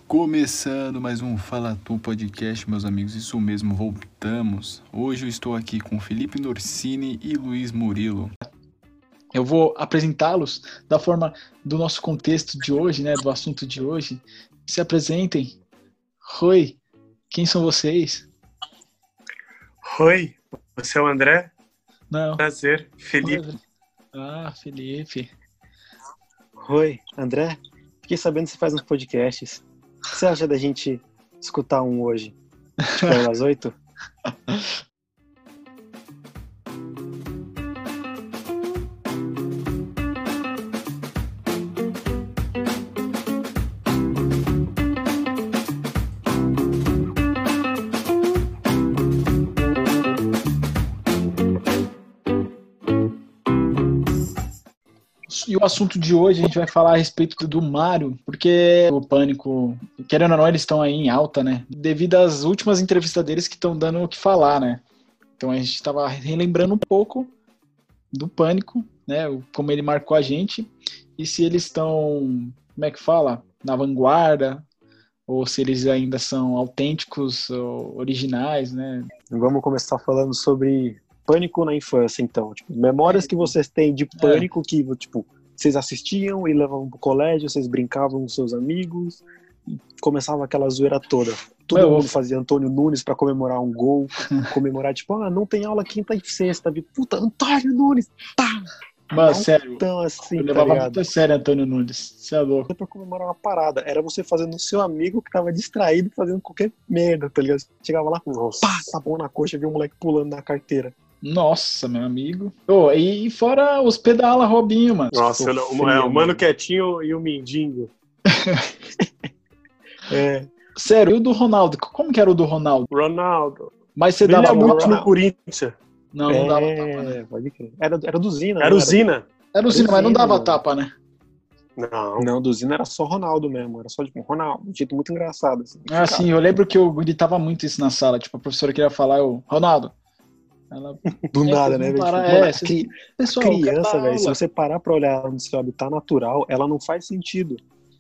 Começando mais um Fala Tu Podcast, meus amigos, isso mesmo, voltamos. Hoje eu estou aqui com Felipe Norsini e Luiz Murilo. Eu vou apresentá-los da forma do nosso contexto de hoje, né, do assunto de hoje. Se apresentem. Oi, quem são vocês? Oi, você é o André? Não. Prazer, Felipe. Ah, Felipe. Oi, André. Fiquei sabendo que você faz uns podcasts. O que você acha da gente escutar um hoje? Tipo, às 8? E o assunto de hoje a gente vai falar a respeito do Mario, porque o Pânico, querendo ou não, eles estão aí em alta, né? Devido às últimas entrevistas deles que estão dando o que falar, né? Então a gente estava relembrando um pouco do Pânico, né? Como ele marcou a gente e se eles estão, como é que fala? Na vanguarda, ou se eles ainda são autênticos ou originais, né? Vamos começar falando sobre Pânico na infância, então. Tipo, memórias que vocês têm de Pânico que, tipo, vocês assistiam e levavam pro colégio, vocês brincavam com seus amigos, e começava aquela zoeira toda. Todo mundo fazia Antônio Nunes pra comemorar um gol, comemorar, tipo, não tem aula quinta e sexta, puta, Antônio Nunes, pá! Mano, sério, então, assim, eu levava muito a sério Antônio Nunes, você é louco. Pra comemorar uma parada, era você fazendo o seu amigo que tava distraído fazendo qualquer merda, tá ligado? Você chegava lá, pá, sabão na coxa, viu um moleque pulando na carteira. Nossa, meu amigo. E fora os pedala Robinho, mano. Nossa, o Mano Quietinho e o Mindinho. Sério, e o do Ronaldo? Como que era o do Ronaldo? Ronaldo. Mas você Brilha dava muito no Corinthians. Não dava tapa, né? Pode crer. Era do Zina. Era o Zina. Era o Zina, mas não dava tapa, né? Não, do Zina era só Ronaldo mesmo. Era só, tipo, Ronaldo. Um jeito muito engraçado. Assim, sim, eu lembro que eu gritava muito isso na sala. Tipo, a professora queria falar, Ronaldo. Ela, do nada, né, velho? Pessoal, criança, velho, se você parar pra olhar no seu habitat natural, ela não faz sentido.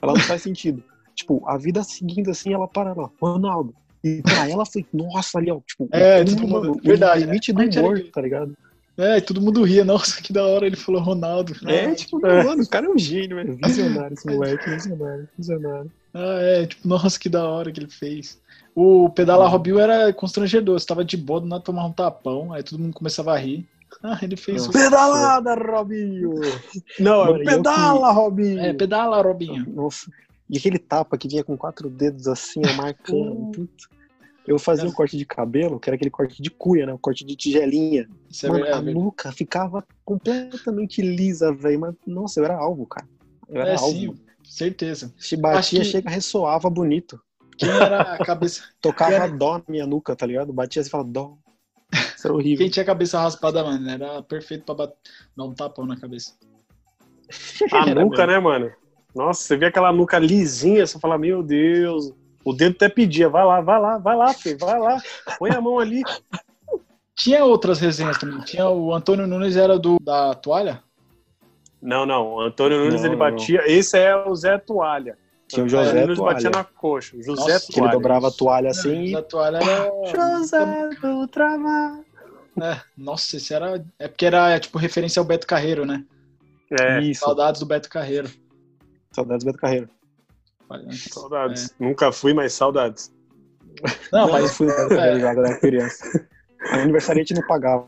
Tipo, a vida seguindo assim, ela para lá, Ronaldo. E pra ela foi, nossa, ali, ó, tipo, todo mundo, verdade, o limite do humor, tá ligado? Todo mundo ria, nossa, que da hora ele falou Ronaldo. Mano, o cara é um gênio, velho. Visionário esse moleque, visionário. Tipo, nossa, que da hora que ele fez. O pedala Robinho era constrangedor, você tava de boa, do nada tomava um tapão, aí todo mundo começava a rir. Ele fez pedalada, Robinho! Não, mano, pedala, Robinho! Pedala, Robinho. Nossa. E aquele tapa que vinha com 4 dedos assim, marcando. Eu fazia um corte de cabelo, que era aquele corte de cuia, né? Um corte de tigelinha. Mano, a nuca ficava completamente lisa, velho. Mas, nossa, eu era alvo, cara. Eu era alvo. Sim, certeza. Se batia, ressoava bonito. Quem era a cabeça... Tocava dó na minha nuca, tá ligado? Batia assim e falava dó. Isso era horrível. Quem tinha a cabeça raspada, mano, era perfeito pra dar um tapão na cabeça. A nuca, né, mano? Nossa, você vê aquela nuca lisinha, você fala, meu Deus... O dedo até pedia, vai lá, filho, vai lá, põe a mão ali. Tinha outras resenhas também. Tinha o Antônio Nunes, era da toalha? Não, o Antônio Nunes ele batia. Esse é o Zé Toalha. Tinha o José Nunes Toalha. Batia na coxa. José Toalha. Que ele dobrava a toalha assim A toalha era... José do trabalho. Nossa, esse era... É porque era, tipo, referência ao Beto Carreiro, né? Isso. Saudades do Beto Carreiro. Saudades do Beto Carreiro. Saudades. Nunca fui, mas saudades. Não, mas fui no Beto Carreiro já, quando era criança. Aniversariante não pagava.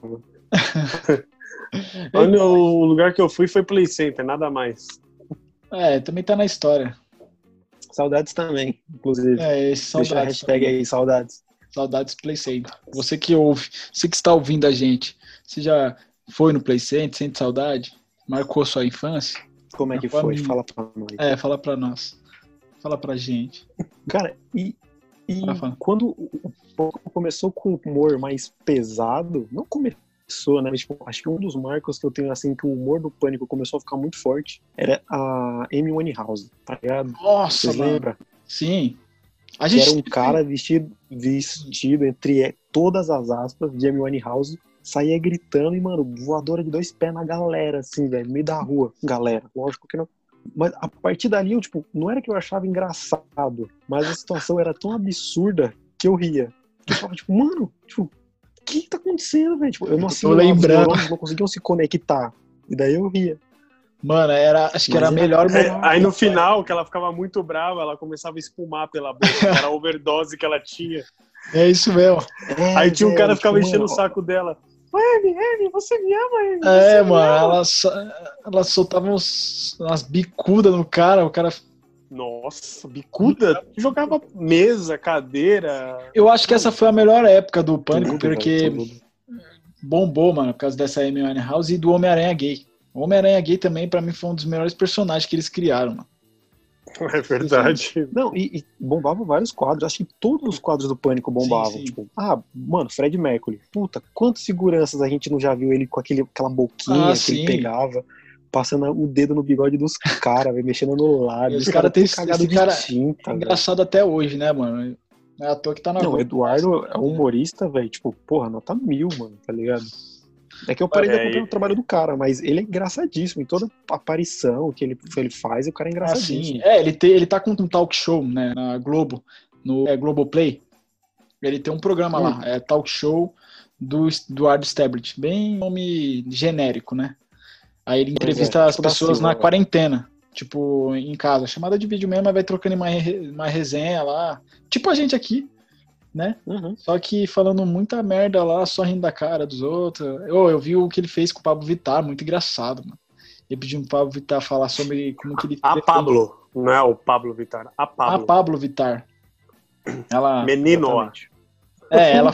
O lugar que eu fui foi Play Center, nada mais. Também tá na história. Saudades também, inclusive. Saudades. Deixa a hashtag aí, saudades. Saudades Play Center. Você que ouve, você que está ouvindo a gente, você já foi no Play Center, sente saudade? Marcou sua infância? Como é que foi? Fala pra nós. Fala pra nós. Fala pra gente. Cara, e quando começou com humor mais pesado, não começou, né? Tipo, acho que um dos marcos que eu tenho, assim, que o humor do Pânico começou a ficar muito forte, era a Amy Winehouse, tá ligado? Nossa, vocês lembram? Sim. Era um cara vestido entre todas as aspas de Amy Winehouse, saía gritando e, mano, voadora de 2 pés na galera, assim, velho, no meio da rua. Galera, lógico que não Mas a partir dali, eu, tipo, não era que eu achava engraçado, mas a situação era tão absurda que eu ria. Eu falava, tipo, mano, tipo, o que tá acontecendo, velho? Tipo, eu não assimilava, os neurônios não conseguiam se conectar. E daí eu ria. Mano, acho que Mas era a melhor. Aí no final, que ela ficava muito brava, ela começava a espumar pela boca, era a overdose que ela tinha. É isso mesmo. Aí tinha um cara que ficava tipo, enchendo mano, o saco dela. Amy, você me ama, Amy? É, mano, ela soltava umas bicudas no cara, o cara. Nossa, bicuda? Jogava mesa, cadeira. Eu acho que essa foi a melhor época do Pânico, tudo, porque velho, tudo. bombou, mano, por causa dessa Amy Winehouse e do Homem-Aranha gay. O Homem-Aranha gay também, pra mim, foi um dos melhores personagens que eles criaram, mano. É verdade. Não, e bombava vários quadros. Acho que todos os quadros do Pânico bombavam. Sim. Tipo, mano, Fred Mercury. Puta, quantas seguranças a gente não já viu ele com aquela boquinha que ele pegava, passando o dedo no bigode dos caras, mexendo no lábio. Os caras têm cagado esse de cara tinta. é engraçado até hoje, né, mano? Não é à toa que tá na Não, rua. o Eduardo é um humorista, velho. Tipo, porra, nota 1000, mano, tá ligado? É que eu parei de acompanhar o trabalho do cara, mas ele é engraçadíssimo. Em toda aparição que ele faz, o cara é engraçadíssimo. Ele tá com um talk show, né, na Globo, no Globoplay. Ele tem um programa lá, talk show do Eduardo Stablitt, bem nome genérico, né? Aí ele entrevista as pessoas na quarentena, tipo, em casa. Chamada de vídeo mesmo, mas vai trocando uma resenha lá. Tipo a gente aqui, né? Uhum. Só que falando muita merda lá, só rindo da cara dos outros. Eu vi o que ele fez com o Pablo Vittar, muito engraçado, mano. Ele pediu pro Pablo Vittar falar sobre como que ele... Pablo, não é o Pablo Vittar, a Pablo. A Pablo Vittar. Ela... Menino. Ela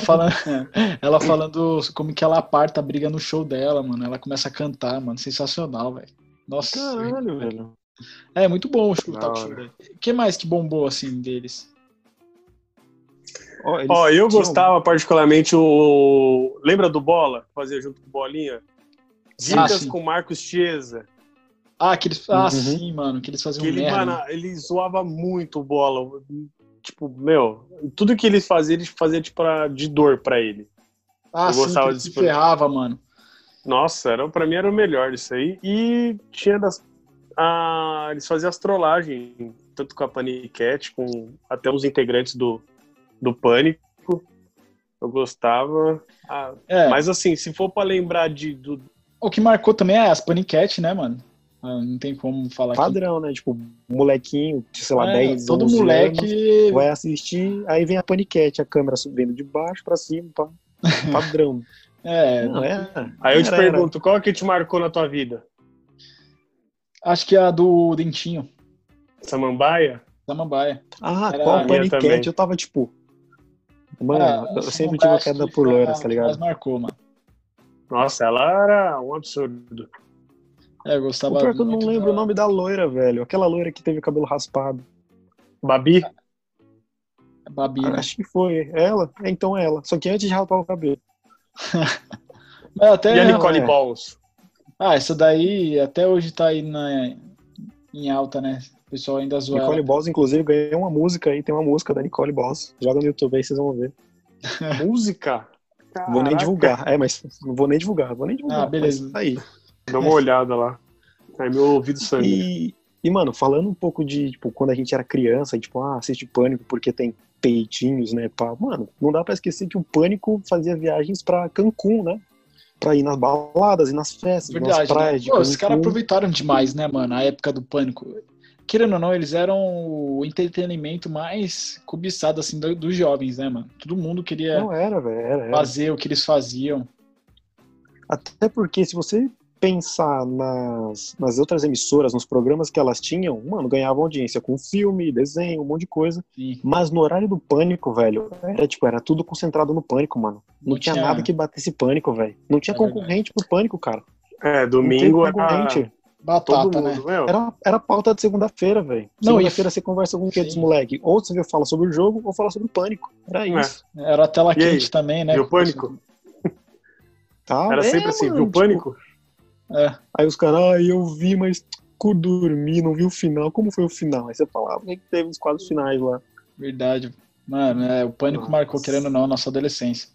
falando como que ela aparta a briga no show dela, mano. Ela começa a cantar, mano. Sensacional, velho. Nossa. Caralho, velho. É muito bom o talk show dele. O que mais que bombou, assim, deles? Eu gostava particularmente Lembra do Bola? Que fazia junto com o Bolinha? Dicas com Marcos Chiesa. Sim, mano. Que eles faziam merda. Ele zoava muito o Bola. Tipo, tudo que ele fazia tipo, de dor pra ele. Eu gostava de se ferrava, mano. Nossa, pra mim era o melhor isso aí. E tinha eles faziam as trollagens, tanto com a Panicat, com até os integrantes do Pânico. Eu gostava. Mas assim, se for pra lembrar O que marcou também é as Panicat, né, mano? Não tem como falar padrão, né? Tipo, molequinho, sei lá, 10, todo 11 moleque anos, vai assistir, aí vem a Paniquete, a câmera subindo de baixo pra cima, padrão. Aí eu te pergunto, qual que te marcou na tua vida? Acho que é a do Dentinho. Samambaia? Qual Paniquete? Eu tava tipo... Mano, eu sempre tive a queda por loiras, tá ligado? Mas marcou, mano. Nossa, ela era um absurdo. Eu gostava. O pior que eu não lembro o nome da loira, velho. Aquela loira que teve o cabelo raspado. Babi? Babi, né? Acho que foi ela. Então ela. Só que antes de raspar o cabelo. E a Nicole Balls? Essa daí até hoje tá aí em alta, né? O pessoal ainda zoa. Nicole Balls, inclusive, ganhou uma música aí. Tem uma música da Nicole Balls. Joga no YouTube aí, vocês vão ver. Música? Caraca. Vou nem divulgar. Mas não vou nem divulgar. Beleza. Tá aí. Dá uma olhada lá. Aí meu ouvido sangue. E, mano, falando um pouco de, tipo, quando a gente era criança, e, tipo, assiste Pânico porque tem peitinhos, né, pá. Mano, não dá pra esquecer que o Pânico fazia viagens pra Cancún, né? Pra ir nas baladas e nas festas, nas praias de Cancún. Os caras aproveitaram demais, né, mano, a época do Pânico. Querendo ou não, eles eram o entretenimento mais cobiçado, assim, dos jovens, né, mano? Todo mundo queria fazer o que eles faziam. Até porque, se você pensar nas outras emissoras, nos programas que elas tinham, mano, ganhavam audiência com filme, desenho, um monte de coisa. Sim. Mas no horário do Pânico, velho, era tudo concentrado no Pânico, mano. Não tinha nada que batesse Pânico, velho. Não tinha concorrente pro Pânico, cara. Domingo era batata, né? Era pauta de segunda-feira, velho. Segunda-feira você conversa com o que dos moleque? Ou você fala sobre o jogo, ou fala sobre o Pânico. Era isso. Era a tela quente também, né? E o Pânico? Era sempre assim, viu o Pânico? Aí os caras, eu vi, mas dormi, não vi o final. Como foi o final? Aí você falava que teve os quadros finais lá. Verdade. Mano, o Pânico marcou, querendo ou não, a nossa adolescência.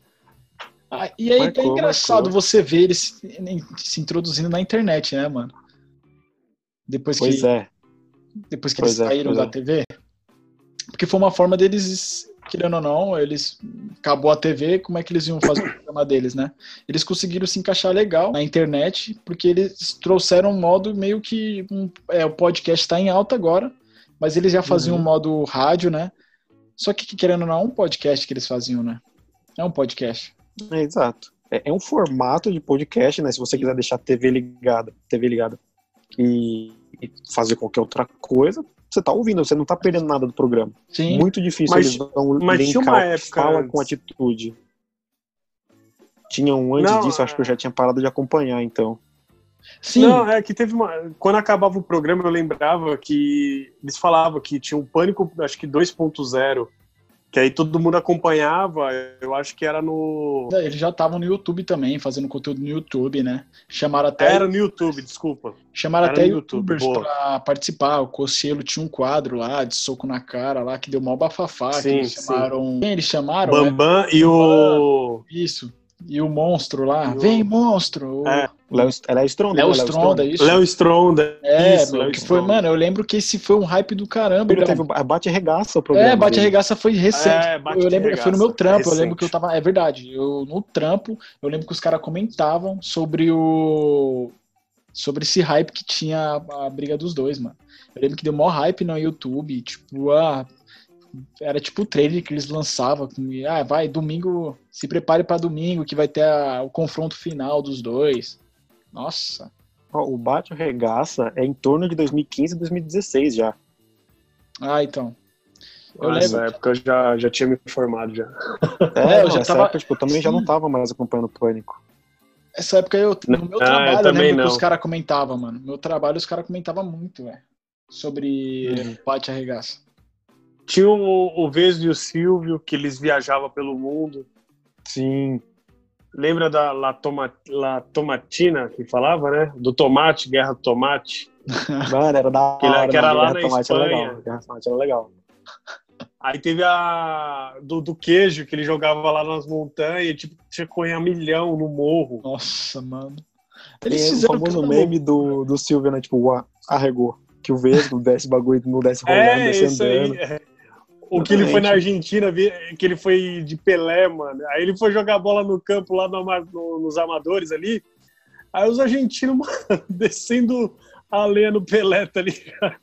E aí é engraçado você ver eles se introduzindo na internet, né, mano? Depois pois que... é. depois que eles saíram da TV. Porque foi uma forma deles, querendo ou não, eles acabou a TV, como é que eles iam fazer o programa deles, né? Eles conseguiram se encaixar legal na internet, porque eles trouxeram um modo meio que o podcast está em alta agora, mas eles já faziam um modo rádio, né? Só que, querendo ou não, é um podcast que eles faziam, né? É um podcast. Exato. É um formato de podcast, né? Se você quiser deixar a TV ligada e fazer qualquer outra coisa, você tá ouvindo, você não tá perdendo nada do programa. Sim. Muito difícil Mas eles vão tinha uma época fala antes. com atitude. Tinha um antes disso, acho que eu já tinha parado de acompanhar, então. Sim. Não, é que teve quando acabava o programa, eu lembrava que eles falavam que tinha um Pânico, acho que 2.0, que aí todo mundo acompanhava, eu acho que era no... Eles já estavam no YouTube também, fazendo conteúdo no YouTube, né? Chamaram até... Era no YouTube, desculpa. Chamaram Era até no YouTube, youtubers pra participar. O Cossielo tinha um quadro lá, de soco na cara lá, que deu mó bafafá. Sim, que eles chamaram... Quem eles chamaram? Bambam e o... Isso. E o monstro lá. E o- Vem, monstro! Léo Stronda. Léo Stronda, isso. Léo Stronda. Isso, Léo que foi, Stronda. mano, eu lembro que esse foi um hype do caramba. Ele teve a Bate e Regaça o programa. Bate dele. Arregaça foi recente. Bate Eu lembro, Arregaça, foi no meu trampo. Eu recente. lembro que eu tava. É verdade. No trampo, eu lembro que os caras comentavam sobre esse hype que tinha a briga dos dois, mano. Eu lembro que deu maior hype no YouTube. Tipo, era tipo o trailer que eles lançavam. Vai, domingo. Se prepare pra domingo, que vai ter o confronto final dos dois. Nossa. O Bate e Regaça é em torno de 2015 e 2016 já. Então. Eu Nessa lembro. época eu já tinha me formado já. Eu já nessa tava- época, tipo, eu também já não tava mais acompanhando o Pânico. Essa época no meu trabalho, eu também lembro que não. os caras comentavam, mano. No meu trabalho, os caras comentavam muito, velho. Sobre Bate Arregaça. Tinha o Vesgo e o Silvio, que eles viajavam pelo mundo. Sim. Lembra da La Tomatina, que falava, né? Do tomate, Guerra do Tomate. Mano, era da hora. Que era mano. lá Guerra na Tomate era Espanha. legal. Guerra Tomate era legal. Aí teve a do queijo, que ele jogava lá nas montanhas, e tipo, tinha que correr a milhão no morro. Nossa, mano. Tem Eles o fizeram famoso cada meme do Silvio, né? Tipo, arregou. Que o Vesgo desce bagulho, não desce rolando, desce Isso aí. andando. O que ele foi na Argentina, que ele foi de Pelé, mano. Aí ele foi jogar bola no campo lá nos amadores ali. Aí os argentinos, mano, descendo a lenha no Pelé, tá ligado?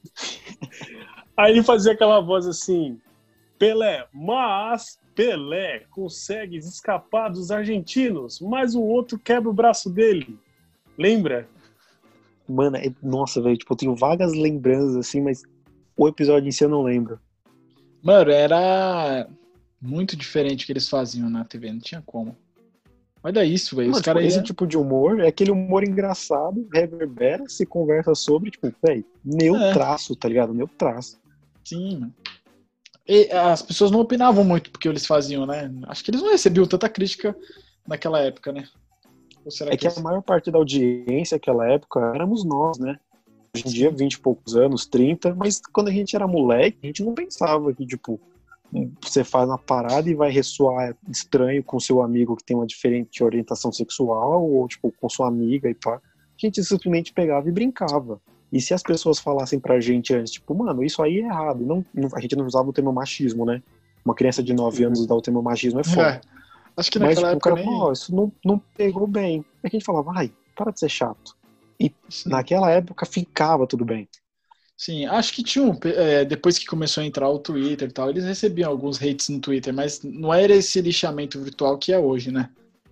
Aí ele fazia aquela voz assim: Pelé, mas Pelé consegue escapar dos argentinos, mas o outro quebra o braço dele. Lembra? Mano, nossa, velho, tipo, eu tenho vagas lembranças, assim, mas o episódio em si eu não lembro. Mano, era muito diferente o que eles faziam na TV, não tinha como. Olha isso, velho. Os Mano, caras esse tipo de humor é aquele humor engraçado, reverbera, se conversa sobre, tipo, velho, traço, tá ligado? Meu traço. Sim, mano. E as pessoas não opinavam muito porque eles faziam, né? Acho que eles não recebiam tanta crítica naquela época, né? Ou será Que a maior parte da audiência naquela época éramos nós, né? Hoje em dia, 20 e poucos anos, 30, mas quando a gente era moleque, a gente não pensava que, tipo, você faz uma parada e vai ressoar estranho com seu amigo que tem uma diferente orientação sexual, ou, tipo, com sua amiga e pá. A gente simplesmente pegava e brincava. E se as pessoas falassem pra gente antes, tipo, mano, isso aí é errado. A gente não usava o termo machismo, né? Uma criança de 9 anos usar o termo machismo é foda. Acho que Mas naquela tipo, o época cara falou, isso não pegou bem. Aí a gente falava, para de ser chato. E naquela época ficava tudo bem. Sim, acho que tinha depois que começou a entrar o Twitter e tal, eles recebiam alguns hates no Twitter, mas não era esse lixamento virtual que é hoje, né?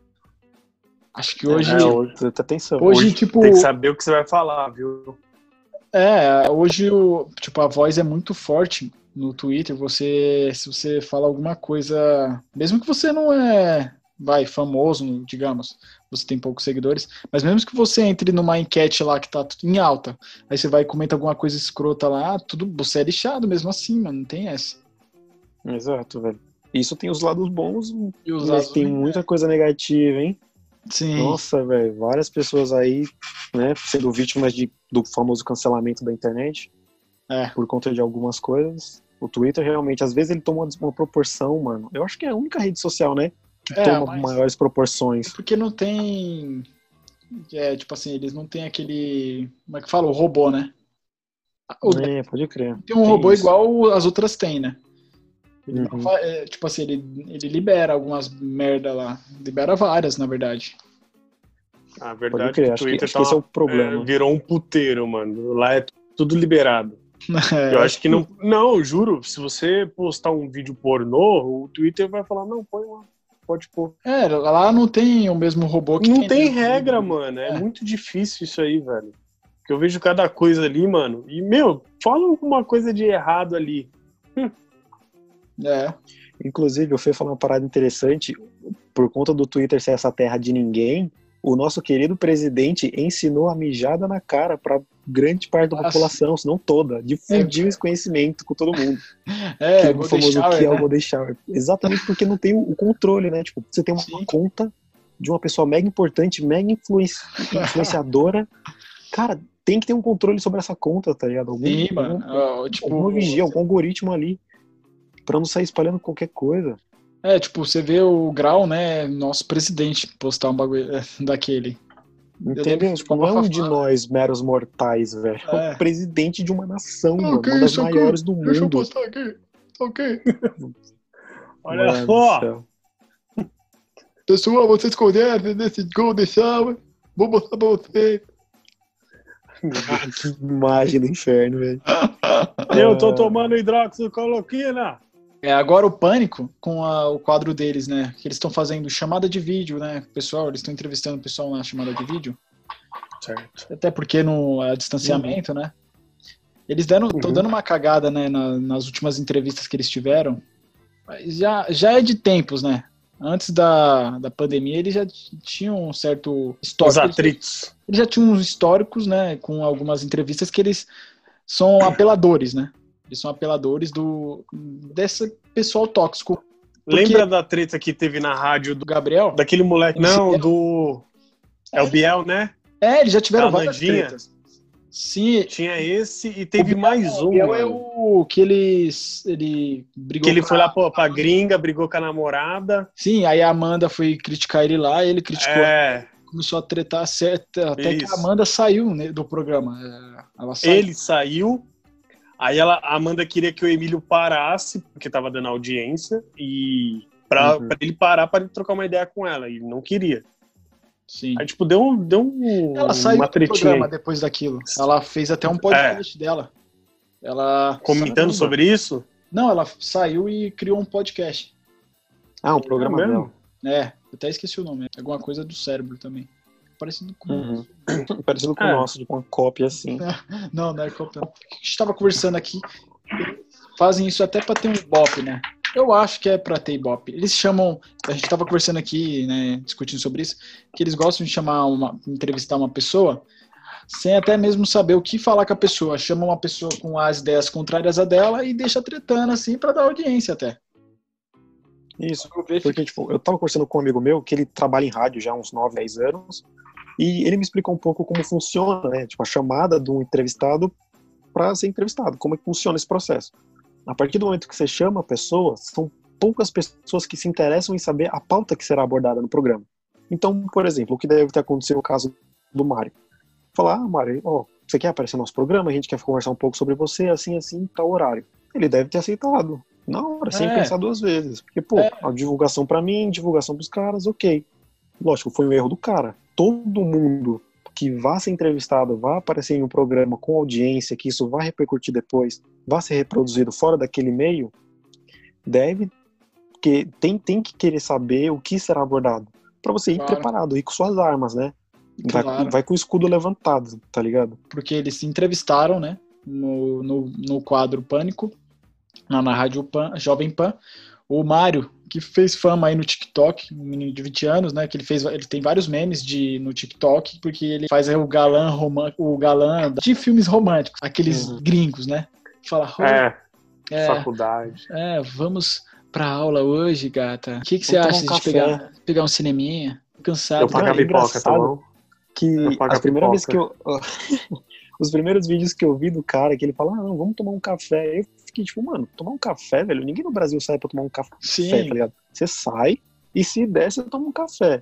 Acho que hoje... Hoje atenção. Hoje, tipo... Tem que saber o que você vai falar, viu? Hoje tipo, a voz é muito forte no Twitter. Se você fala alguma coisa, mesmo que você não famoso, digamos, você tem poucos seguidores, mas mesmo que você entre numa enquete lá que tá tudo em alta, aí você vai e comenta alguma coisa escrota lá, você é lixado mesmo assim, mano, não tem essa. Exato, velho. Isso tem os lados bons, E os mas lados tem muita coisa negativa, hein? Sim. Nossa, velho, várias pessoas aí, né, sendo vítimas do famoso cancelamento da internet, por conta de algumas coisas. O Twitter realmente, às vezes ele toma uma proporção, mano. Eu acho que é a única rede social, né, que toma maiores proporções. Porque não tem... tipo assim, eles não têm aquele... Como é que fala? O robô, né? Pode crer. Tem um Tem robô isso. igual as outras têm, né? Ele não Uhum. tipo assim, ele libera algumas merda lá. Libera várias, na verdade. A Pode verdade é crer, que o acho que Twitter esse é o problema. virou um puteiro, mano. Lá é tudo liberado. Eu acho que não. Não, eu juro, se você postar um vídeo pornô, o Twitter vai falar, não, põe lá. Pode pôr. Lá não tem o mesmo robô que Não tem no regra, YouTube. mano. É muito difícil isso aí, velho. Porque eu vejo cada coisa ali, mano. E, fala alguma coisa de errado ali. É. Inclusive, o Fê falou uma parada interessante. Por conta do Twitter ser essa terra de ninguém, o nosso querido presidente ensinou a mijada na cara pra grande parte da Nossa. população, se não toda. Difundiu esse conhecimento com todo mundo. É, O Golden famoso Shower, que é o né? Golden Shower. Exatamente porque não tem o controle, né? Tipo, você tem uma Sim. conta de uma pessoa mega importante, mega influenciadora. Cara, tem que ter um controle sobre essa conta, tá ligado? Sim, mano. Alguma vigia, algum algoritmo ali, pra não sair espalhando qualquer coisa. Tipo, você vê o Grau, né? Nosso presidente postar um bagulho daquele. Entendeu? Tipo, não é um de nós, meros mortais, velho. É o presidente de uma nação, mano. Uma das maiores do mundo. Deixa eu postar aqui. Ok. Olha Mano só. do céu. Pessoal, vocês conhecem desse Golden Shower? Vou mostrar pra vocês. Ah, que imagem do inferno, velho. Eu tô tomando hidroxicloroquina. Agora o Pânico, com o quadro deles, né? Que eles estão fazendo chamada de vídeo, né? Pessoal, eles estão entrevistando o pessoal na chamada de vídeo. Certo. Até porque no distanciamento, né? Eles estão dando uma cagada, né? Nas últimas entrevistas que eles tiveram. Já é de tempos, né? Antes da pandemia, eles já tinham um certo histórico. Os atritos. Eles já tinham uns históricos, né? Com algumas entrevistas que eles são apeladores, né? Eles são apeladores desse pessoal tóxico. Lembra da treta que teve na rádio Do Gabriel? daquele moleque? Não, do... É o Biel, né? Eles já tiveram A várias Landinha. tretas. Sim. Tinha esse e teve mais um, O Biel mano. é o que ele brigou Que ele com foi lá pra gringa, brigou com a namorada. Sim, aí a Amanda foi criticar ele lá, ele criticou. Começou a tretar certo, até Isso. que a Amanda saiu, né, do programa. Ela saiu. Ele saiu. Aí a Amanda queria que o Emílio parasse, porque tava dando audiência, e pra ele parar pra ele trocar uma ideia com ela. E não queria. Sim. Aí, tipo, deu Ela saiu uma do tretinha programa aí. depois daquilo. Ela fez até um podcast dela. Ela Comentando sobre isso? Não, ela saiu e criou um podcast. Um programa mesmo? Eu até esqueci o nome. Alguma coisa do cérebro também. Parecido com Parecido com o nosso, de uma cópia assim. Não é cópia. A gente estava conversando aqui. Fazem isso até para ter um ibope, né? Eu acho que é para ter ibope. Eles chamam. A gente estava conversando aqui, né? Discutindo sobre isso. Que eles gostam de entrevistar uma pessoa sem até mesmo saber o que falar com a pessoa. Chama uma pessoa com as ideias contrárias a dela e deixa tretando assim para dar audiência até. Isso, porque tipo, eu tava conversando com um amigo meu que ele trabalha em rádio já há uns 9, 10 anos e ele me explicou um pouco como funciona, né, tipo, a chamada do entrevistado para ser entrevistado, como é que funciona esse processo. A partir do momento que você chama a pessoa, são poucas pessoas que se interessam em saber a pauta que será abordada no programa. Então, por exemplo, o que deve ter acontecido no caso do Mário. Falar, Mário, você quer aparecer no nosso programa? A gente quer conversar um pouco sobre você, assim, tal horário. Ele deve ter aceitado. Na hora, sem pensar duas vezes. Porque, a divulgação pra mim, divulgação pros caras, ok. Lógico, foi um erro do cara. Todo mundo que vá ser entrevistado, vá aparecer em um programa com audiência, que isso vai repercutir depois, vá ser reproduzido fora daquele meio, tem que querer saber o que será abordado. Pra você ir preparado, ir com suas armas, né? Vai com o escudo levantado, tá ligado? Porque eles se entrevistaram, né? No quadro Pânico, lá na Rádio Jovem Pan, o Mário, que fez fama aí no TikTok, um menino de 20 anos, né, que ele tem vários memes no TikTok, porque ele faz o galã de filmes românticos, aqueles gringos, né, fala, faculdade. Vamos pra aula hoje, gata, o que você acha de pegar um cineminha? Cansado. Eu pago a pipoca, tá bom? Que as primeiras vezes que eu... Os primeiros vídeos que eu vi do cara, que ele fala, não, vamos tomar um café. Eu fiquei tipo, mano, tomar um café, velho? Ninguém no Brasil sai pra tomar um café, tá ligado? Você sai e se der, você toma um café.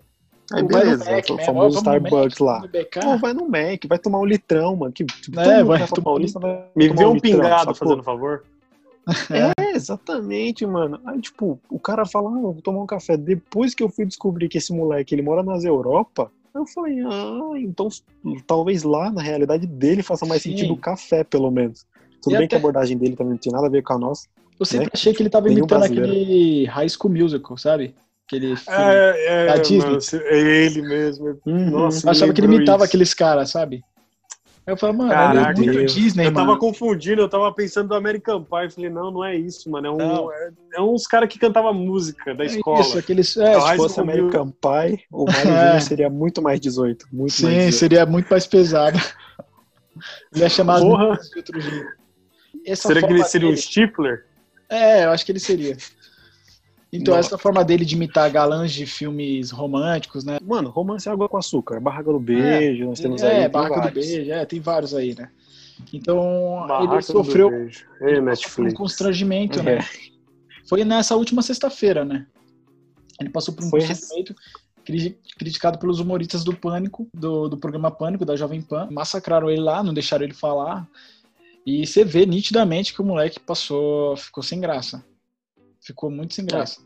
Aí Vai no beleza, Mac o mesmo, famoso vamos no Starbucks Mac, lá. no BK. Pô, vai no Mac, vai tomar um litrão, mano. Que, tipo, É, todo mundo vai que vai pra tomar Paulista vai Me tomar vê um litrão, pingado, sacou? fazendo favor. É, exatamente, mano. Aí, tipo, o cara fala, ah, eu vou tomar um café. Depois que eu fui descobrir que esse moleque, ele mora nas Europa, eu falei, ah, então talvez lá, na realidade dele, faça mais Sim. sentido o café, pelo menos. Tudo E bem que a até- abordagem dele também não tem nada a ver com a nossa, Eu sempre né? achei que ele tava Nenhum imitando brasileiro. aquele High School Musical, sabe? Aquele filme da Disney. Mano, é ele mesmo. Uhum. Nossa, Eu me achava que ele lembrou imitava isso. aqueles caras, sabe? Aí eu falei, mano, ele é Caraca, muito Deus. Disney, eu tava mano. confundindo, eu tava pensando do American Pie. Falei, não é isso, mano. Não. É uns caras que cantavam música da É escola. isso, aqueles. É o Se High fosse School American Pie, o Mário É. Júnior seria muito mais 18. Muito mais Sim, 18. seria muito mais pesado. Ele ia chamar as Porra. meninas de outro jeito. Essa Será que forma ele seria um dele- Stifler? É, eu acho que ele seria. Então, Nossa. essa forma dele de imitar galãs de filmes românticos, né? Mano, romance é água com açúcar. Barraca do Beijo, nós temos aí. É, tem Barraca do vários. Beijo, tem vários aí, né? Então, ele Barraca sofreu, do Beijo. ele Ei, passou por um Netflix. constrangimento, É. né? Foi nessa última sexta-feira, né? Ele passou por um Foi constrangimento criticado pelos humoristas do Pânico, do programa Pânico, da Jovem Pan. Massacraram ele lá, não deixaram ele falar. E você vê nitidamente que o moleque ficou sem graça. Ficou muito sem graça.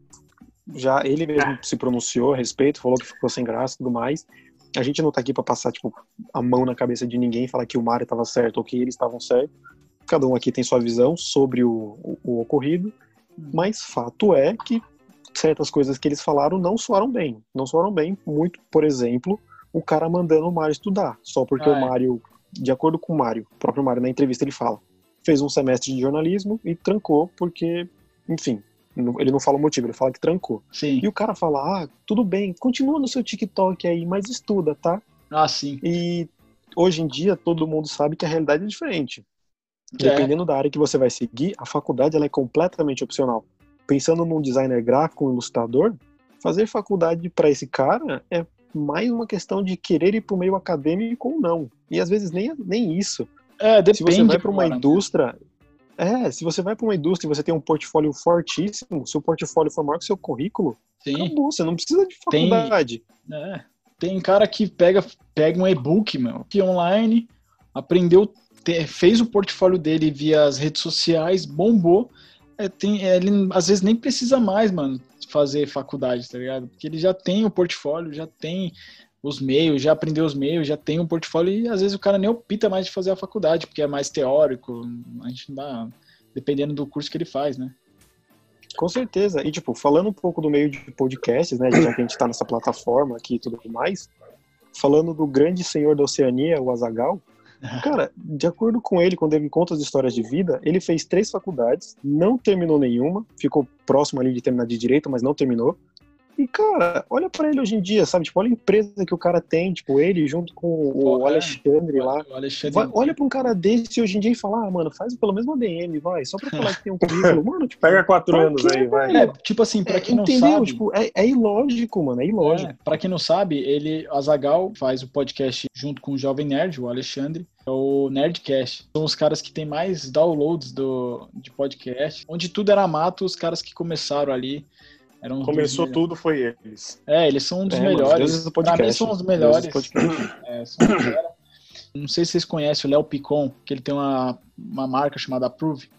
Já ele mesmo se pronunciou a respeito, falou que ficou sem graça e tudo mais. A gente não tá aqui pra passar, tipo, a mão na cabeça de ninguém, falar que o Mário tava certo ou que eles estavam certos. Cada um aqui tem sua visão sobre o ocorrido, mas fato é que certas coisas que eles falaram não soaram bem. Não soaram bem muito, por exemplo, o cara mandando o Mário estudar, só porque o Mário, de acordo com o próprio Mário na entrevista ele fala, fez um semestre de jornalismo e trancou porque, enfim, ele não fala o motivo, ele fala que trancou. Sim. E o cara fala, ah, tudo bem, continua no seu TikTok aí, mas estuda, tá? Ah, sim. E hoje em dia todo mundo sabe que a realidade é diferente. Dependendo da área que você vai seguir, a faculdade ela é completamente opcional. Pensando num designer gráfico, um ilustrador, fazer faculdade para esse cara é mais uma questão de querer ir para o meio acadêmico ou não. E às vezes nem isso. Depende. Se você vai para uma agora, indústria, se você vai para uma indústria e você tem um portfólio fortíssimo, se o portfólio for maior que o seu currículo, Sim. acabou, você não precisa de faculdade. Tem cara que pega um e-book, meu, que online, aprendeu, fez o portfólio dele via as redes sociais, bombou. Ele às vezes nem precisa mais, mano, fazer faculdade, tá ligado? Porque ele já tem o portfólio, já tem os meios, já aprendeu os meios, já tem um portfólio e às vezes o cara nem opta mais de fazer a faculdade, porque é mais teórico, a gente não dá, dependendo do curso que ele faz, né? Com certeza. E, tipo, falando um pouco do meio de podcasts, né, já que a gente tá nessa plataforma aqui e tudo mais, falando do grande senhor da Oceania, o Azaghal, cara, de acordo com ele, quando ele conta as histórias de vida, ele fez 3 faculdades, não terminou nenhuma, ficou próximo ali de terminar de direito, mas não terminou. E, cara, olha pra ele hoje em dia, sabe? Tipo, olha a empresa que o cara tem, tipo, ele junto com o Alexandre lá. O Alexandre. Olha pra um cara desse hoje em dia e fala, mano, faz pelo menos uma DM, vai, só pra falar que tem um currículo, mano, tipo, Pega 4 anos aí, vai. Tipo assim, pra quem não entendeu? sabe... Tipo, é ilógico, mano, é ilógico. Pra quem não sabe, o Azaghal faz o podcast junto com o Jovem Nerd, o Alexandre, é o Nerdcast. São os caras que tem mais downloads de podcast. Onde tudo era mato, os caras que começaram ali eram Começou tudo, foi eles. eles são um dos melhores. Do pra mim são os melhores. São não sei se vocês conhecem o Léo Picon, que ele tem uma marca chamada Approve.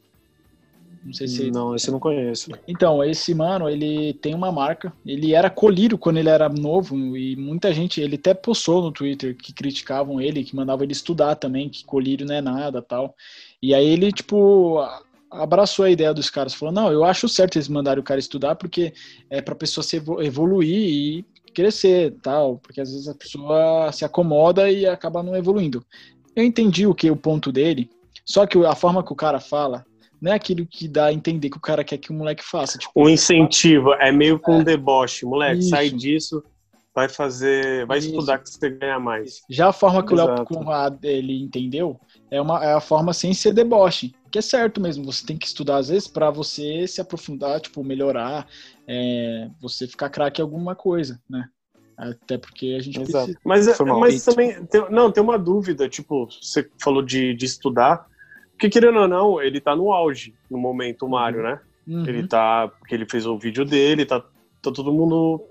Não sei se... Não, esse eu não conheço. Então, esse mano, ele tem uma marca. Ele era colírio quando ele era novo e muita gente, ele até postou no Twitter que criticavam ele, que mandavam ele estudar também, que colírio não é nada, tal. E aí ele, tipo, abraçou a ideia dos caras, falou, não, eu acho certo eles mandarem o cara estudar porque é pra pessoa se evoluir e crescer, tal, porque às vezes a pessoa se acomoda e acaba não evoluindo. Eu entendi o ponto dele, só que a forma que o cara fala não é aquilo que dá a entender que o cara quer que o moleque faça. Tipo, o incentivo é meio com um deboche. Moleque, Isso. sai disso, vai estudar que você ganha mais. Já a forma que Exato. o Léo Conrad, ele entendeu é a forma sem ser deboche. Que é certo mesmo, você tem que estudar às vezes pra você se aprofundar, tipo, melhorar, você ficar craque em alguma coisa, né? Até porque a gente precisa. Mas também, tem uma dúvida, tipo, você falou de estudar, porque querendo ou não, ele tá no auge no momento, o Mário, né? Uhum. Porque ele fez o vídeo dele, tá todo mundo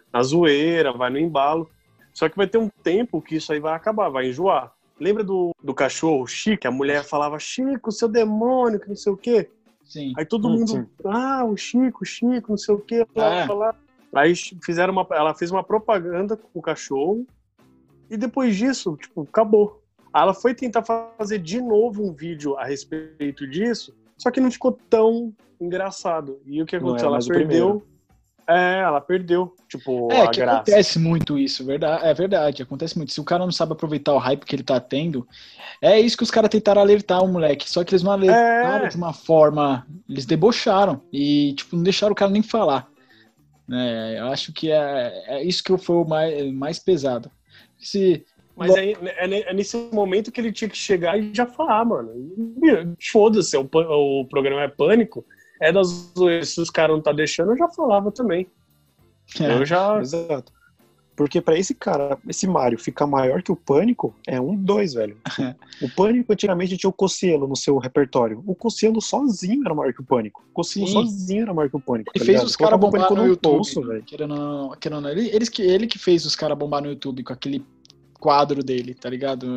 na zoeira, vai no embalo. Só que vai ter um tempo que isso aí vai acabar, vai enjoar. Lembra do cachorro Chico? A mulher falava, Chico, seu demônio, que não sei o quê. Sim. Aí todo mundo, sim. o Chico, não sei o quê. Lá. Aí ela fez uma propaganda com o cachorro e depois disso, tipo, acabou. Aí ela foi tentar fazer de novo um vídeo a respeito disso, só que não ficou tão engraçado. E o que aconteceu? Ela perdeu. Ela perdeu, tipo, a que graça. Acontece muito isso, é verdade, acontece muito. Se o cara não sabe aproveitar o hype que ele tá tendo, é isso que os caras tentaram alertar o moleque, só que eles não alertaram de uma forma, eles debocharam e, tipo, não deixaram o cara nem falar. Eu acho que é isso que foi o mais pesado. Mas é nesse momento que ele tinha que chegar e já falar, mano. Foda-se, o programa é Pânico, se os caras não tá deixando, eu já falava também. Exato. Porque pra esse cara, esse Mário ficar maior que o Pânico, é 2, velho. O Pânico antigamente tinha o Cossielo no seu repertório. O Cossielo sozinho era maior que o Pânico. O Cossielo sozinho era maior que o Pânico. Ele fez os caras bombar no YouTube. Velho. Querendo ou não, ele que fez os caras bombar no YouTube com aquele quadro dele, tá ligado?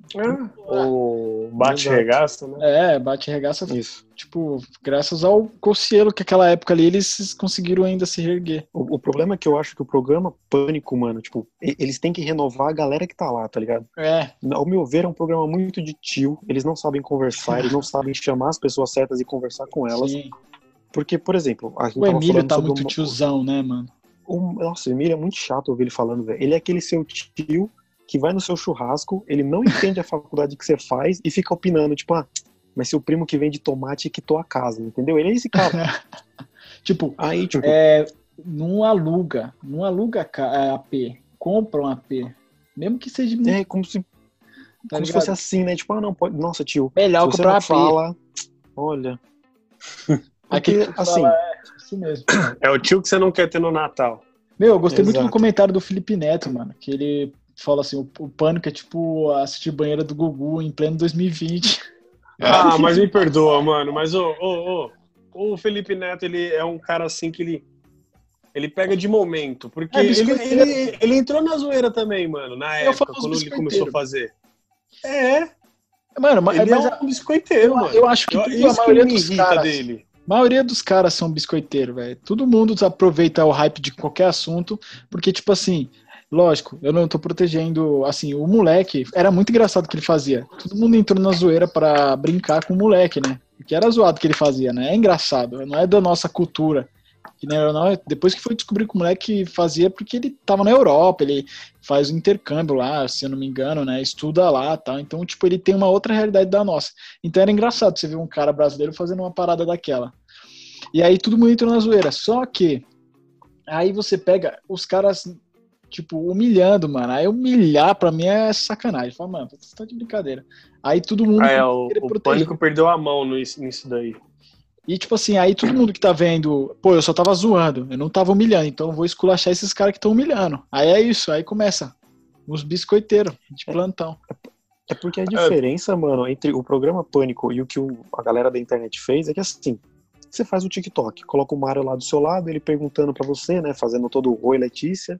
O bate-regaça, né? Bate-regaça. Isso. Tipo, graças ao Cossielo, que naquela época ali eles conseguiram ainda se reerguer. O problema é que eu acho que o programa Pânico, mano, tipo, eles têm que renovar a galera que tá lá, tá ligado? Ao meu ver, é um programa muito de tio, eles não sabem conversar, eles não sabem chamar as pessoas certas e conversar com elas. Sim. Porque, por exemplo, a gente o Emílio tá sobre muito tiozão, né, mano? Nossa, o Emílio é muito chato ouvir ele falando, velho. Ele é aquele seu tio que vai no seu churrasco, ele não entende a faculdade que você faz e fica opinando, tipo, mas seu primo que vende tomate quitou a casa, entendeu? Ele é esse cara. Aí, não aluga AP, compra um AP, mesmo que seja... como se fosse assim, né? Tipo, não pode... Nossa, tio, melhor se você comprar não AP. fala, olha... Aquele assim... isso mesmo. É o tio que você não quer ter no Natal. Eu gostei muito do comentário do Felipe Neto, mano, que ele fala assim, o Pânico é tipo assistir banheira do Gugu em pleno 2020. Mas me perdoa, mano, mas o Felipe Neto, ele é um cara assim que ele pega de momento, porque ele entrou na zoeira também, mano, na época, quando ele começou a fazer. Mano, ele é um biscoiteiro, mano. Eu acho que a maioria dos caras dele. A maioria dos caras são biscoiteiros, velho. Todo mundo aproveita o hype de qualquer assunto, porque, tipo assim, lógico, eu não tô protegendo, assim, o moleque, era muito engraçado o que ele fazia. Todo mundo entrou na zoeira pra brincar com o moleque, né? Porque era zoado o que ele fazia, né? É engraçado, não é da nossa cultura. Depois que foi descobrir que o moleque fazia, porque ele tava na Europa, ele faz o intercâmbio lá, se eu não me engano, né? Estuda lá, tal. Então, tipo, ele tem uma outra realidade da nossa. Então era engraçado você ver um cara brasileiro fazendo uma parada daquela. E aí todo mundo entrou na zoeira. Só que aí você pega os caras, tipo, humilhando, mano. Aí humilhar pra mim é sacanagem. Fala, mano, você tá de brincadeira. Aí todo mundo... o Pânico perdeu a mão nisso daí. E, tipo assim, aí todo mundo que tá vendo, eu só tava zoando, eu não tava humilhando, então eu vou esculachar esses caras que estão humilhando. Aí é isso, aí começa os biscoiteiros de plantão. É porque a diferença, mano, entre o programa Pânico e o que a galera da internet fez é que, assim, você faz o TikTok, coloca o Mário lá do seu lado, ele perguntando pra você, né, fazendo todo Oi Letícia,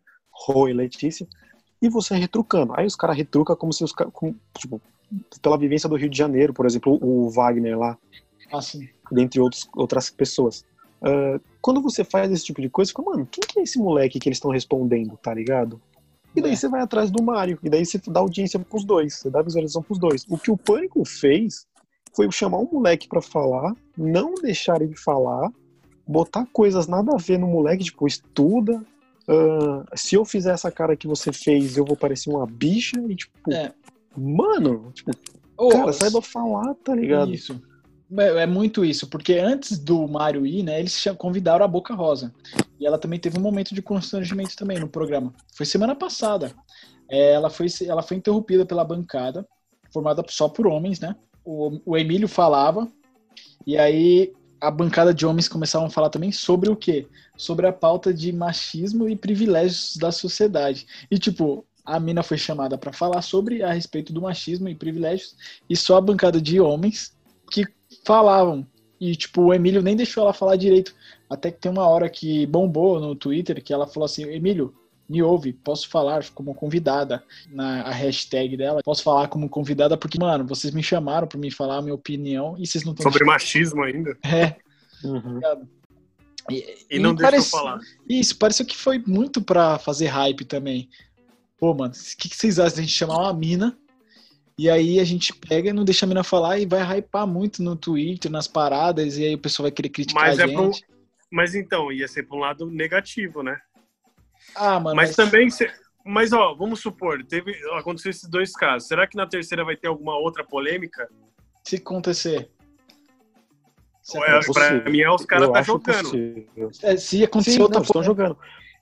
e você retrucando. Aí os caras retrucam como se os caras, tipo, pela vivência do Rio de Janeiro, por exemplo, o Wagner lá. Assim. Dentre outras pessoas. Quando você faz esse tipo de coisa, você fica, mano, quem que é esse moleque que eles estão respondendo, tá ligado? E daí você vai atrás do Mário, e daí você dá audiência pros dois, você dá visualização pros dois. O que o Pânico fez foi chamar um moleque pra falar, não deixar ele falar, botar coisas nada a ver no moleque, tipo, estuda, se eu fizer essa cara que você fez, eu vou parecer uma bicha, e tipo, mano, tipo, cara, saiba falar, tá ligado? Isso. É muito isso, porque antes do Mário ir, né, eles convidaram a Boca Rosa. E ela também teve um momento de constrangimento também no programa. Foi semana passada. Ela foi interrompida pela bancada, formada só por homens, né? O Emílio falava, e aí a bancada de homens começavam a falar também sobre o quê? Sobre a pauta de machismo e privilégios da sociedade. E tipo, a mina foi chamada para falar a respeito do machismo e privilégios, e só a bancada de homens que falavam. E tipo, o Emílio nem deixou ela falar direito. Até que tem uma hora que bombou no Twitter que ela falou assim: Emílio, me ouve, posso falar como convidada a hashtag dela, posso falar como convidada porque, mano, vocês me chamaram pra me falar a minha opinião e vocês não estão Sobre machismo ainda. Uhum. E não deixou eu falar. Isso, pareceu que foi muito pra fazer hype também. Pô, mano, o que vocês acham de a gente chamar uma mina e aí a gente pega e não deixa a mina falar e vai hypar muito no Twitter, nas paradas, e aí o pessoal vai querer criticar a gente. Mas então, ia ser pra um lado negativo, né? Ah, mano. Mas também... Mas, ó, vamos supor, aconteceu esses dois casos. Será que na terceira vai ter alguma outra polêmica? Se acontecer. Pra mim, os caras tá jogando. Se acontecer Sim, outra não, estão jogando.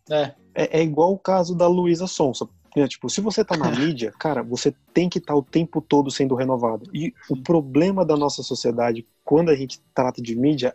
É igual o caso da Luísa Sonza. Tipo, se você tá na mídia, cara, você tem que estar o tempo todo sendo renovado. E o problema da nossa sociedade, quando a gente trata de mídia,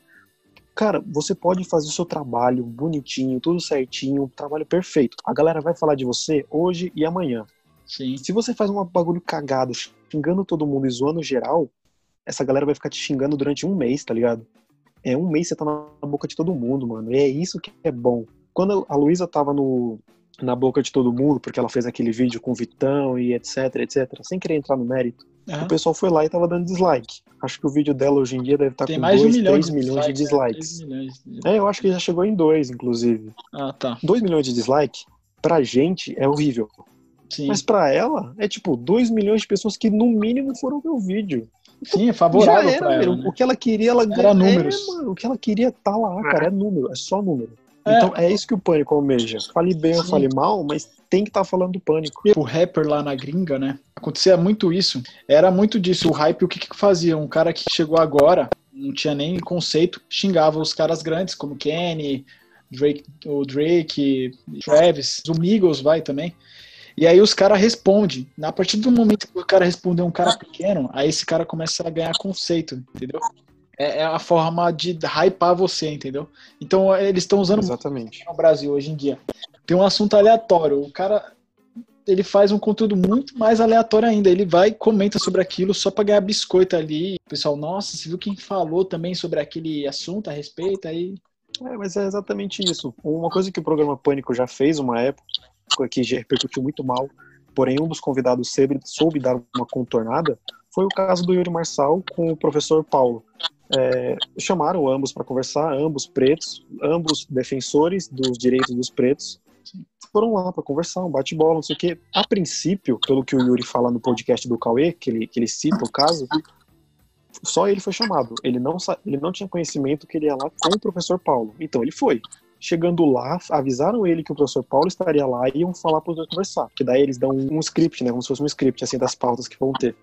cara, você pode fazer o seu trabalho bonitinho, tudo certinho, um trabalho perfeito. A galera vai falar de você hoje e amanhã. Sim. Se você faz um bagulho cagado, xingando todo mundo e zoando geral, essa galera vai ficar te xingando durante um mês, tá ligado? Um mês você tá na boca de todo mundo, mano. E é isso que é bom. Quando a Luísa tava na boca de todo mundo, porque ela fez aquele vídeo com o Vitão e etc, sem querer entrar no mérito, o pessoal foi lá e tava dando dislike. Acho que o vídeo dela hoje em dia deve estar com 2, 3 milhões de dislikes. Eu acho que já chegou em 2, inclusive. Ah, tá. 2 milhões de dislikes, pra gente, é horrível. Sim. Mas pra ela, é tipo 2 milhões de pessoas que no mínimo foram ver o vídeo. Sim, é favorável já era, pra ela, né? O que ela queria, ela era números. Mano, o que ela queria tá lá, cara, é número, é só número. Então é isso que o Pânico almeja. Fale bem ou fale mal, mas tem que estar falando do Pânico. O rapper lá na gringa, né? Acontecia muito isso. Era muito disso. O hype, o que fazia? Um cara que chegou agora, não tinha nem conceito, xingava os caras grandes, como Kenny, o Drake, Travis, o Migos vai também. E aí os caras respondem. A partir do momento que o cara respondeu um cara pequeno, aí esse cara começa a ganhar conceito, entendeu? É a forma de hypar você, entendeu? Então eles estão usando exatamente no Brasil hoje em dia. Tem um assunto aleatório. O cara, ele faz um conteúdo muito mais aleatório ainda. Ele vai e comenta sobre aquilo só pra ganhar biscoito ali. O pessoal, nossa, você viu quem falou também sobre aquele assunto a respeito? Aí... mas é exatamente isso. Uma coisa que o programa Pânico já fez uma época, que já repercutiu muito mal, porém um dos convidados soube dar uma contornada, foi o caso do Yuri Marçal com o professor Paulo. Chamaram ambos para conversar, ambos pretos, ambos defensores dos direitos dos pretos, foram lá para conversar, um bate-bola, não sei o quê. A princípio, pelo que o Yuri fala no podcast do Cauê, que ele cita o caso, só ele foi chamado. Ele não tinha conhecimento que ele ia lá com o professor Paulo. Então ele foi. Chegando lá, avisaram ele que o professor Paulo estaria lá e iam falar para os dois conversar. Porque daí eles dão um script, né, como se fosse um script assim, das pautas que vão ter.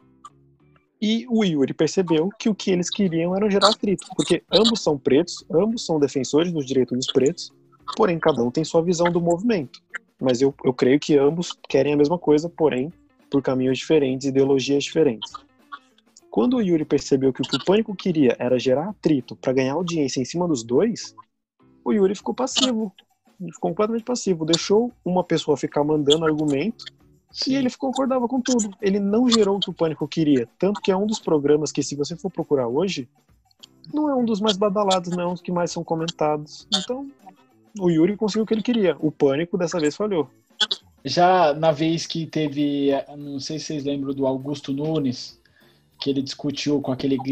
E o Yuri percebeu que o que eles queriam era gerar atrito, porque ambos são pretos, ambos são defensores dos direitos dos pretos, porém cada um tem sua visão do movimento. Mas eu creio que ambos querem a mesma coisa, porém por caminhos diferentes, ideologias diferentes. Quando o Yuri percebeu que o Pânico queria era gerar atrito para ganhar audiência em cima dos dois, o Yuri ficou passivo, ele ficou completamente passivo, deixou uma pessoa ficar mandando argumento. E ele concordava com tudo. Ele não gerou o que o Pânico queria. Tanto que é um dos programas que, se você for procurar hoje, não é um dos mais badalados, não é um dos que mais são comentados. Então, o Yuri conseguiu o que ele queria. O Pânico, dessa vez, falhou. Já na vez que teve, não sei se vocês lembram do Augusto Nunes, que ele discutiu com aquele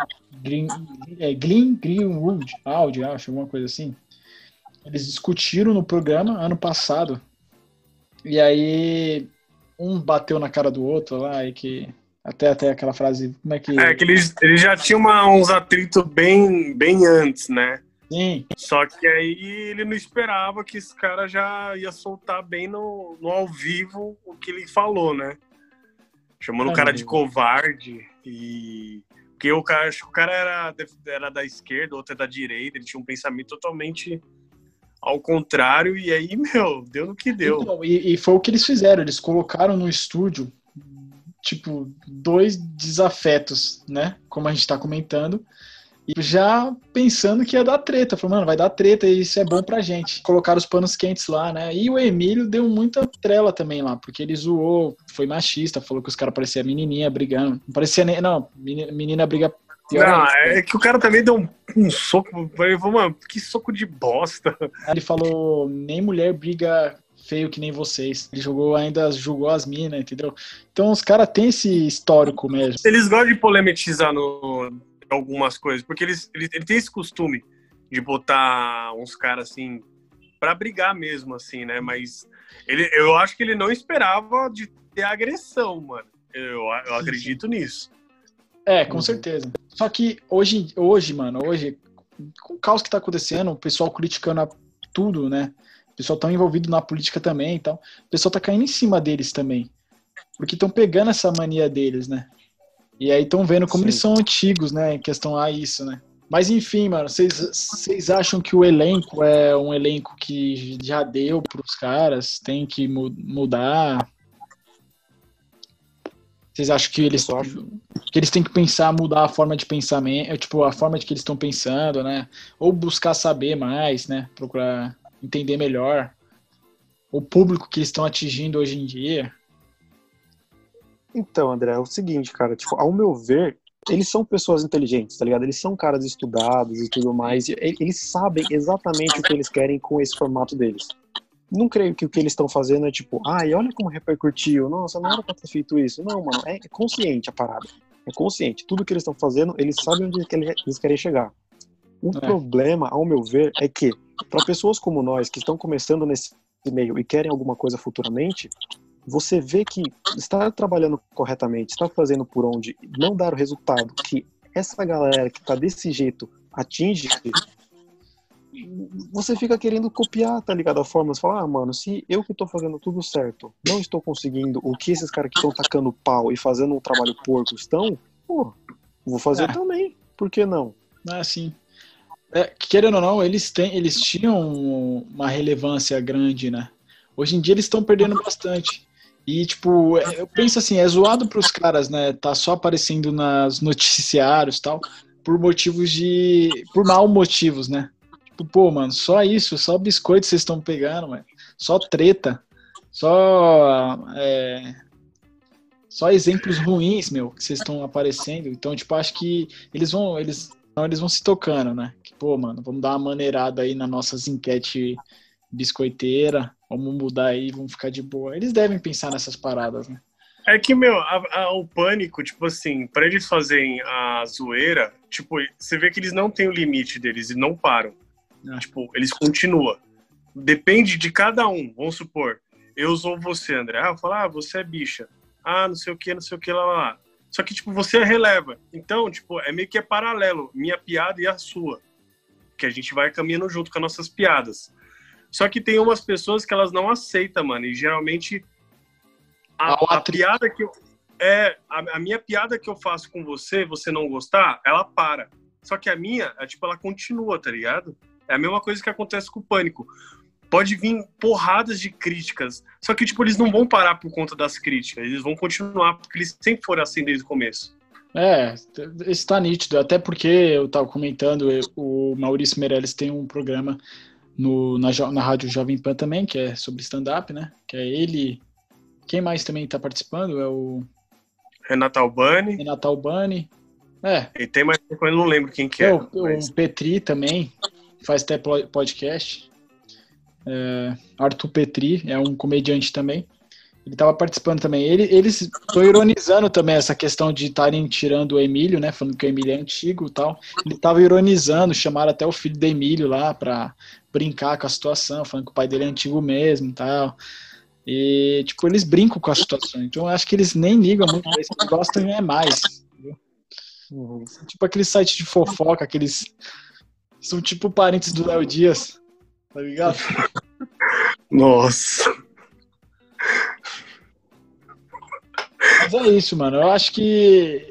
Greenwood, acho, alguma coisa assim. Eles discutiram no programa ano passado. E aí... um bateu na cara do outro lá, e que até aquela frase, como é que... que eles já tinham uns atritos bem antes, né? Sim. Só que aí ele não esperava que esse cara já ia soltar bem no ao vivo o que ele falou, né? Chamando o cara de covarde e... Porque o cara era da esquerda, o outro é da direita, ele tinha um pensamento totalmente... ao contrário, e aí, deu no que deu. Então, e foi o que eles fizeram, eles colocaram no estúdio, tipo, 2 desafetos, né, como a gente tá comentando, e já pensando que ia dar treta, falou, mano, vai dar treta e isso é bom pra gente. Colocaram os panos quentes lá, né, e o Emílio deu muita trela também lá, porque ele zoou, foi machista, falou que os caras pareciam menininha brigando, não parecia nem, não, menina briga Não, é que o cara também deu um soco. Eu falei, mano, que soco de bosta. Ele falou, nem mulher briga feio que nem vocês. Ele ainda julgou as minas, entendeu? Então os caras têm esse histórico mesmo. Eles gostam de polemizar algumas coisas, porque ele tem esse costume de botar uns caras assim pra brigar mesmo, assim, né? Mas eu acho que ele não esperava de ter agressão, mano. Eu acredito nisso. Com certeza. Só que hoje, mano, com o caos que tá acontecendo, o pessoal criticando tudo, né? O pessoal tá envolvido na política também, então o pessoal tá caindo em cima deles também. Porque estão pegando essa mania deles, né? E aí estão vendo como eles são antigos, né? Em questão a isso, né? Mas enfim, mano, vocês acham que o elenco é um elenco que já deu pros caras? Tem que mudar? Vocês acham que eles têm que pensar, mudar a forma de pensamento, tipo, a forma de que eles estão pensando, né? Ou buscar saber mais, né? Procurar entender melhor o público que eles estão atingindo hoje em dia? Então, André, é o seguinte, cara, tipo, ao meu ver, eles são pessoas inteligentes, tá ligado? Eles são caras estudados e tudo mais, e eles sabem exatamente o que eles querem com esse formato deles. Não creio que o que eles estão fazendo é tipo, ai, olha como repercutiu, nossa, não era pra ter feito isso. Não, mano, é consciente a parada. É consciente. Tudo que eles estão fazendo, eles sabem onde eles querem chegar. O problema, ao meu ver, é que para pessoas como nós, que estão começando nesse meio e querem alguma coisa futuramente, você vê que está trabalhando corretamente, está fazendo por onde não dar o resultado que essa galera que tá desse jeito atinge, você fica querendo copiar, tá ligado? A forma, você fala, mano, se eu que tô fazendo tudo certo, não estou conseguindo o que esses caras que estão tacando pau e fazendo um trabalho porco estão, vou fazer também, por que não? Sim. Querendo ou não, eles tinham uma relevância grande, né? Hoje em dia eles estão perdendo bastante. E, tipo, eu penso assim, é zoado pros caras, né? Tá só aparecendo nos noticiários e tal, por mal motivos, né? Tipo, pô, mano, só isso, só biscoito vocês estão pegando, mano. Só treta. Só exemplos ruins, meu, que vocês estão aparecendo. Então, tipo, acho que eles vão se tocando, né? Que, pô, mano, vamos dar uma maneirada aí nas nossas enquetes biscoiteira, vamos mudar aí, vamos ficar de boa. Eles devem pensar nessas paradas, né? É que, meu, o pânico, tipo assim, pra eles fazerem a zoeira, tipo, você vê que eles não têm o limite deles e não param. Tipo, eles continuam. Depende de cada um. Vamos supor, eu sou você, André. Eu falo, você é bicha. Não sei o que, lá. Só que, tipo, você releva. Então, tipo, meio que paralelo. Minha piada e a sua. Que a gente vai caminhando junto com as nossas piadas. Só que tem umas pessoas que elas não aceitam, mano. E geralmente a piada que a minha piada que eu faço com você não gostar, ela para. Só que a minha, tipo, ela continua, tá ligado? É a mesma coisa que acontece com o pânico. Pode vir porradas de críticas. Só que, tipo, eles não vão parar por conta das críticas. Eles vão continuar, porque eles sempre foram assim desde o começo. Está nítido. Até porque eu tava comentando, o Maurício Meirelles tem um programa na Rádio Jovem Pan também, que é sobre stand-up, né? Que é ele. Quem mais também tá participando? É o Renato Albani. E tem mais uma coisa, eu não lembro quem que é. O Petri também faz até podcast. Arthur Petri é um comediante também. Ele tava participando também. Eles estão ironizando também essa questão de estarem tirando o Emílio, né? Falando que o Emílio é antigo e tal. Ele tava ironizando, chamaram até o filho do Emílio lá pra brincar com a situação, falando que o pai dele é antigo mesmo e tal. E, tipo, eles brincam com a situação. Então, eu acho que eles nem ligam muito, eles gostam mais. Tipo aquele site de fofoca, são tipo parentes do Léo Dias, tá ligado? Nossa. Mas é isso, mano. Eu acho que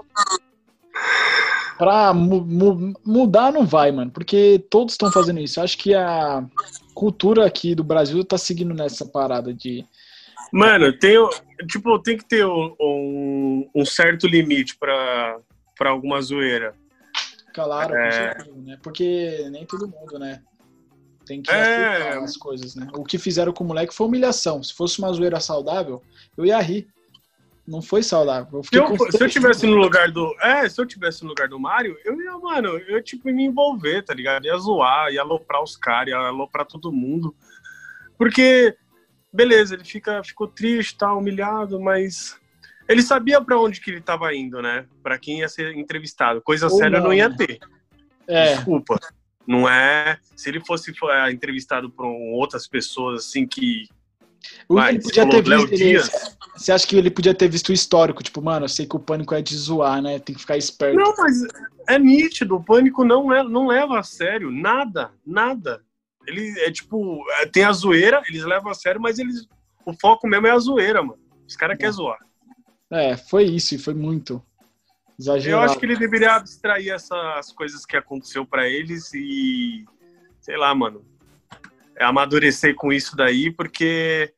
pra mudar não vai, mano, porque todos estão fazendo isso. Eu acho que a cultura aqui do Brasil tá seguindo nessa parada de... Mano, tem que ter um certo limite pra alguma zoeira. Claro, com certeza, né? Porque nem todo mundo, né? Tem que aceitar as coisas, né? O que fizeram com o moleque foi humilhação. Se fosse uma zoeira saudável, eu ia rir. Não foi saudável. Se eu tivesse no lugar do. Se eu tivesse no lugar do Mário, eu ia, mano, tipo, me envolver, tá ligado? Ia zoar, ia aloprar os caras, ia aloprar todo mundo. Porque, beleza, ele ficou triste, tá, humilhado, mas ele sabia pra onde que ele tava indo, né? Pra quem ia ser entrevistado. Coisa séria não ia ter. Desculpa. Não é. Se ele fosse entrevistado por outras pessoas, assim, que. Ele podia ter visto. Você acha que ele podia ter visto o histórico? Tipo, mano, eu sei que o Pânico é de zoar, né? Tem que ficar esperto. Não, mas é nítido. O Pânico não leva a sério nada. Ele é tipo. Tem a zoeira, eles levam a sério, mas o foco mesmo é a zoeira, mano. Os caras querem zoar. Foi isso, e foi muito exagerado. Eu acho que ele deveria abstrair essas coisas que aconteceu pra eles e. Sei lá, mano. Amadurecer com isso daí, porque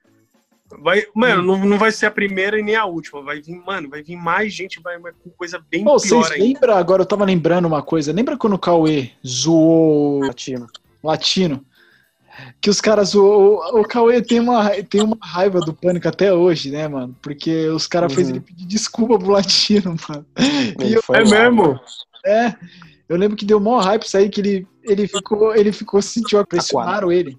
não vai ser a primeira e nem a última, vai vir mais gente, vai com coisa bem pior vocês lembram, agora eu tava lembrando uma coisa, lembra quando o Cauê zoou Latino? Que os caras zoou, o Cauê tem uma raiva do Pânico até hoje, né, mano, porque os caras fez ele pedir desculpa pro Latino, mano. Mesmo? Eu lembro que deu maior hype isso aí, que ele ficou sentiu pressionaram ele.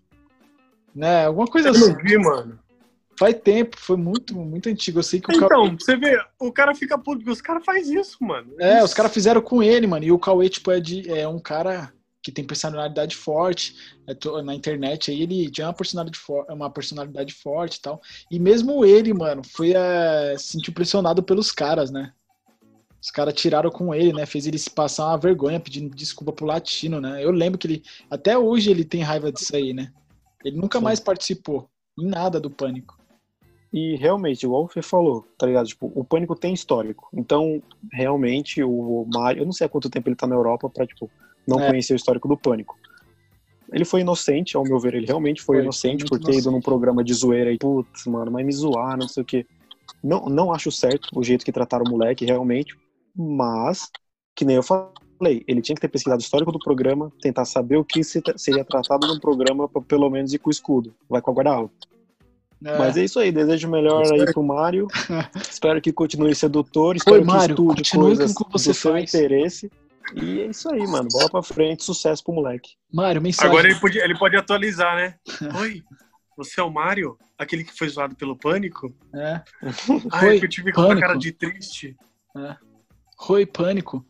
Né? Alguma coisa assim. Eu não vi, mano. Faz tempo, foi muito, muito antigo. Eu sei que Então, você vê, o cara fica puto, porque os caras fazem isso, mano. Os caras fizeram com ele, mano. E o Cauê, tipo, é um cara que tem personalidade forte. Na internet aí ele tinha uma personalidade forte e tal. E mesmo ele, mano, se sentiu pressionado pelos caras, né? Os caras tiraram com ele, né? Fez ele se passar uma vergonha pedindo desculpa pro Latino, né? Eu lembro que até hoje ele tem raiva disso aí, né? Ele nunca mais participou em nada do Pânico. E realmente, igual você falou, tá ligado? Tipo, o Pânico tem histórico. Então, realmente, o Mário, eu não sei há quanto tempo ele tá na Europa pra, tipo, não conhecer o histórico do Pânico. Ele foi inocente, ao meu ver, ele realmente foi inocente por ter ido num programa de zoeira aí. Putz, mano, mas me zoaram, não sei o quê. Não acho certo o jeito que trataram o moleque, realmente. Mas, que nem eu falei, ele tinha que ter pesquisado o histórico do programa, tentar saber o que seria tratado num programa pra pelo menos ir com o escudo. Vai com a guarda alta. Mas é isso aí, desejo melhor aí pro Mário. Espero que continue sedutor, espero que estude coisas do seu interesse. E é isso aí, mano. Bola pra frente, sucesso pro moleque. Mário, mensagem. Agora ele pode atualizar, né? Oi, você é o Mário? Aquele que foi zoado pelo Pânico? Oi, eu tive com uma cara de triste. Oi, Pânico.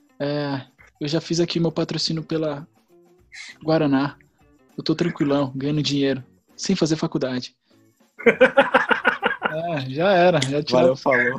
Eu já fiz aqui meu patrocínio pela Guaraná. Eu tô tranquilão, ganhando dinheiro, sem fazer faculdade. Já era. Já Valeu, falou.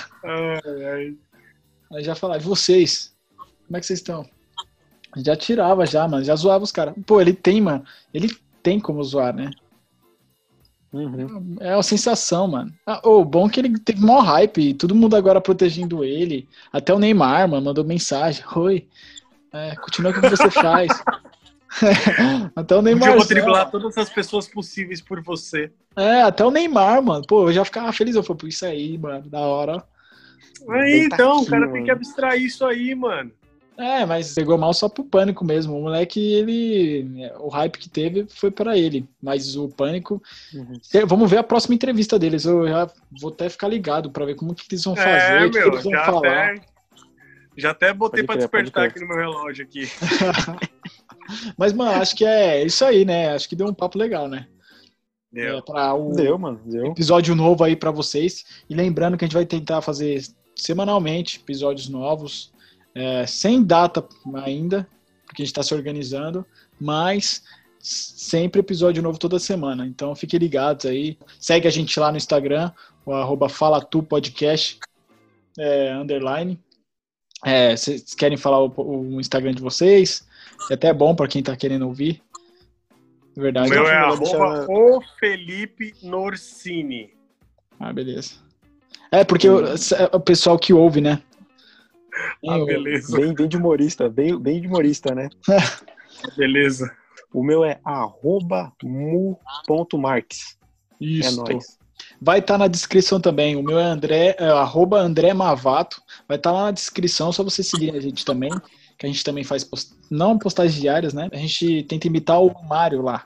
Aí já falava, e vocês? Como é que vocês estão? Já tirava, mano. Já zoava os caras. Pô, ele tem, mano. Ele tem como zoar, né? É uma sensação, mano. O bom é que ele teve maior hype. Todo mundo agora protegendo ele. Até o Neymar, mano, mandou mensagem. Oi, continua com o que você faz. Até o Neymar. Eu vou driblar todas as pessoas possíveis por você. Até o Neymar, mano. Pô, eu já ficava feliz. Eu falei, pô, isso aí, mano, da hora. Aí, então, o cara tem que abstrair isso aí, mano. Mas pegou mal só pro Pânico mesmo. O moleque, o hype que teve foi pra ele. Mas o Pânico... Vamos ver a próxima entrevista deles. Eu já vou até ficar ligado pra ver como que eles vão fazer, o que eles vão falar. Já até botei pra despertar aqui no meu relógio aqui. Mas, mano, acho que é isso aí, né? Acho que deu um papo legal, né? Deu, mano. Deu. Episódio novo aí pra vocês. E lembrando que a gente vai tentar fazer semanalmente episódios novos. Sem data ainda, porque a gente está se organizando, mas sempre episódio novo toda semana. Então fiquem ligados aí. Segue a gente lá no Instagram, o @falatupodcast _. Vocês querem falar o Instagram de vocês? É até bom para quem está querendo ouvir. É verdade. O meu é @o Felipe Norsini. Beleza. Porque o pessoal que ouve, né? Beleza. Bem de humorista, bem de humorista, né? Beleza. O meu é @mu.marques. Isso. É nóis. Vai estar na descrição também. O meu é @André Mavato. Vai estar lá na descrição, só você seguir a gente também. Que a gente também faz não postagens diárias, né? A gente tenta imitar o Mário lá.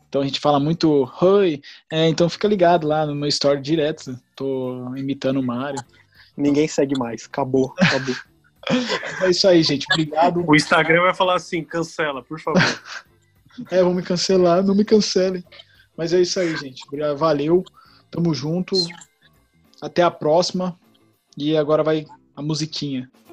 Então a gente fala muito oi, então fica ligado lá no meu story direto, tô imitando o Mário. Ninguém segue mais, acabou. É isso aí, gente, obrigado. O Instagram vai falar assim, cancela, por favor. Vão me cancelar, não me cancelem. Mas é isso aí, gente, valeu, tamo junto, até a próxima, e agora vai a musiquinha.